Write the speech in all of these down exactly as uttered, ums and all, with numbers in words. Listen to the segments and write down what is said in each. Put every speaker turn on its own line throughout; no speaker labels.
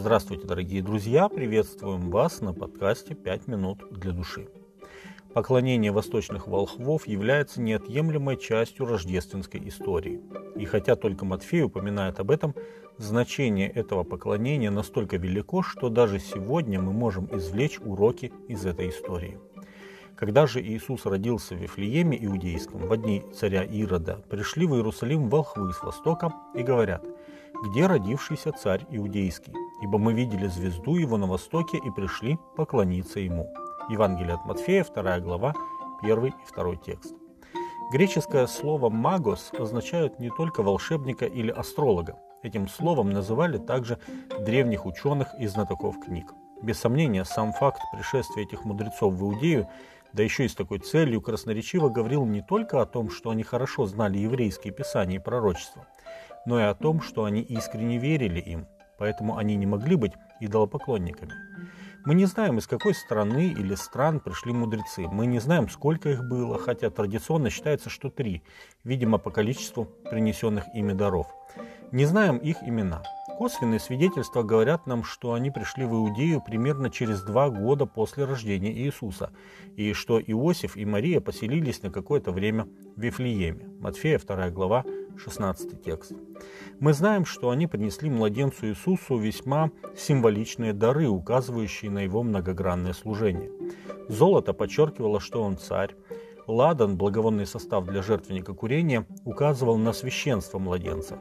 Здравствуйте, дорогие друзья! Приветствуем вас на подкасте «пять минут для души». Поклонение восточных волхвов является неотъемлемой частью рождественской истории. И хотя только Матфей упоминает об этом, значение этого поклонения настолько велико, что даже сегодня мы можем извлечь уроки из этой истории. Когда же Иисус родился в Вифлееме Иудейском, в дни царя Ирода, пришли в Иерусалим волхвы с востока и говорят: «Где родившийся царь Иудейский? Ибо мы видели звезду его на востоке и пришли поклониться ему». Евангелие от Матфея, вторая глава, первый и второй текст. Греческое слово «магос» означает не только волшебника или астролога. Этим словом называли также древних ученых и знатоков книг. Без сомнения, сам факт пришествия этих мудрецов в Иудею, да еще и с такой целью, красноречиво говорил не только о том, что они хорошо знали еврейские писания и пророчества, но и о том, что они искренне верили им, поэтому они не могли быть идолопоклонниками. Мы не знаем, из какой страны или стран пришли мудрецы, мы не знаем, сколько их было, хотя традиционно считается, что три, видимо, по количеству принесенных ими даров. Не знаем их имена. Косвенные свидетельства говорят нам, что они пришли в Иудею примерно через два года после рождения Иисуса, и что Иосиф и Мария поселились на какое-то время в Вифлееме. Матфея, вторая глава, шестнадцатый текст. Мы знаем, что они принесли младенцу Иисусу весьма символичные дары, указывающие на его многогранное служение. Золото подчеркивало, что он царь. Ладан, благовонный состав для жертвенника курения, указывал на священство младенца.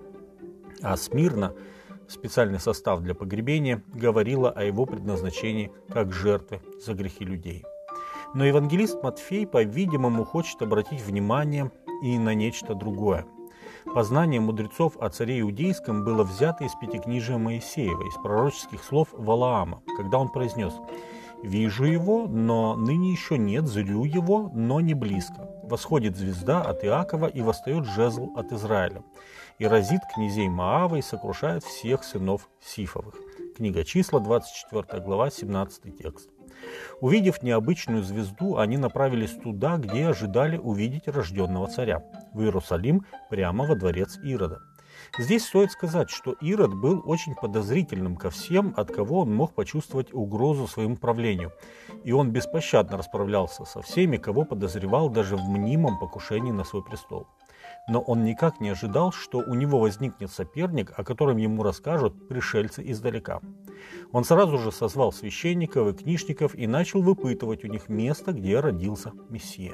А смирна, специальный состав для погребения, говорила о его предназначении как жертвы за грехи людей. Но евангелист Матфей, по-видимому, хочет обратить внимание и на нечто другое. Познание мудрецов о царе Иудейском было взято из пятикнижия Моисеева, из пророческих слов Валаама, когда он произнес: «Вижу его, но ныне еще нет, зрю его, но не близко. Восходит звезда от Иакова, и восстает жезл от Израиля, и разит князей Моава, и сокрушает всех сынов Сифовых». Книга Числа, двадцать четвёртая глава, семнадцатый текст. Увидев необычную звезду, они направились туда, где ожидали увидеть рожденного царя, в Иерусалим, прямо во дворец Ирода. Здесь стоит сказать, что Ирод был очень подозрительным ко всем, от кого он мог почувствовать угрозу своему правлению, и он беспощадно расправлялся со всеми, кого подозревал даже в мнимом покушении на свой престол. Но он никак не ожидал, что у него возникнет соперник, о котором ему расскажут пришельцы издалека. Он сразу же созвал священников и книжников и начал выпытывать у них место, где родился Мессия.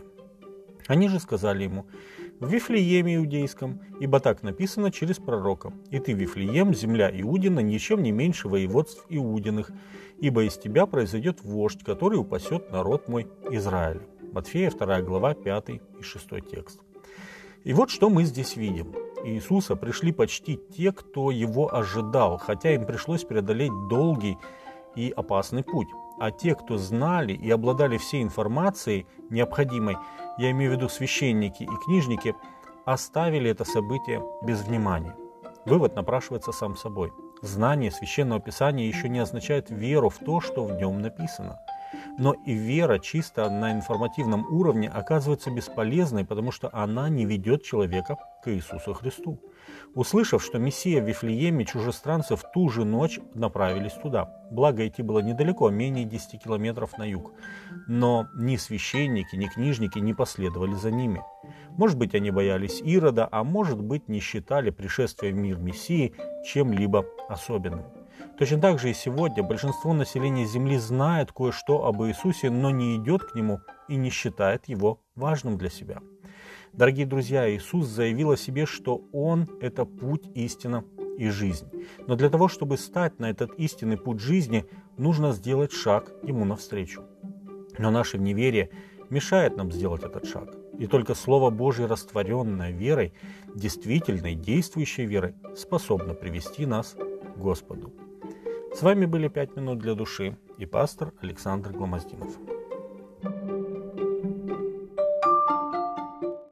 Они же сказали ему: «В Вифлееме Иудейском, ибо так написано через пророка: и ты, Вифлеем, земля Иудина, ничем не меньше воеводств Иудиных, ибо из тебя произойдет вождь, который упасет народ мой Израиля». Матфея, вторая глава, пятый и шестой текст. И вот что мы здесь видим. Иисуса пришли почти те, кто его ожидал, хотя им пришлось преодолеть долгий и опасный путь. А те, кто знали и обладали всей информацией необходимой, я имею в виду священники и книжники, оставили это событие без внимания. Вывод напрашивается сам собой. Знание Священного Писания еще не означает веру в то, что в нем написано. Но и вера чисто на информативном уровне оказывается бесполезной, потому что она не ведет человека к Иисусу Христу. Услышав, что Мессия в Вифлееме, чужестранцы в ту же ночь направились туда. Благо, идти было недалеко, менее десяти километров на юг. Но ни священники, ни книжники не последовали за ними. Может быть, они боялись Ирода, а может быть, не считали пришествие в мир Мессии чем-либо особенным. Точно так же и сегодня большинство населения Земли знает кое-что об Иисусе, но не идет к Нему и не считает Его важным для себя. Дорогие друзья, Иисус заявил о себе, что Он – это путь, истина и жизнь. Но для того, чтобы стать на этот истинный путь жизни, нужно сделать шаг Ему навстречу. Но наше неверие мешает нам сделать этот шаг. И только Слово Божье, растворенное верой, действительной, действующей верой, способно привести нас к Господу. С вами были «пять минут для души» и пастор Александр Гломоздинов.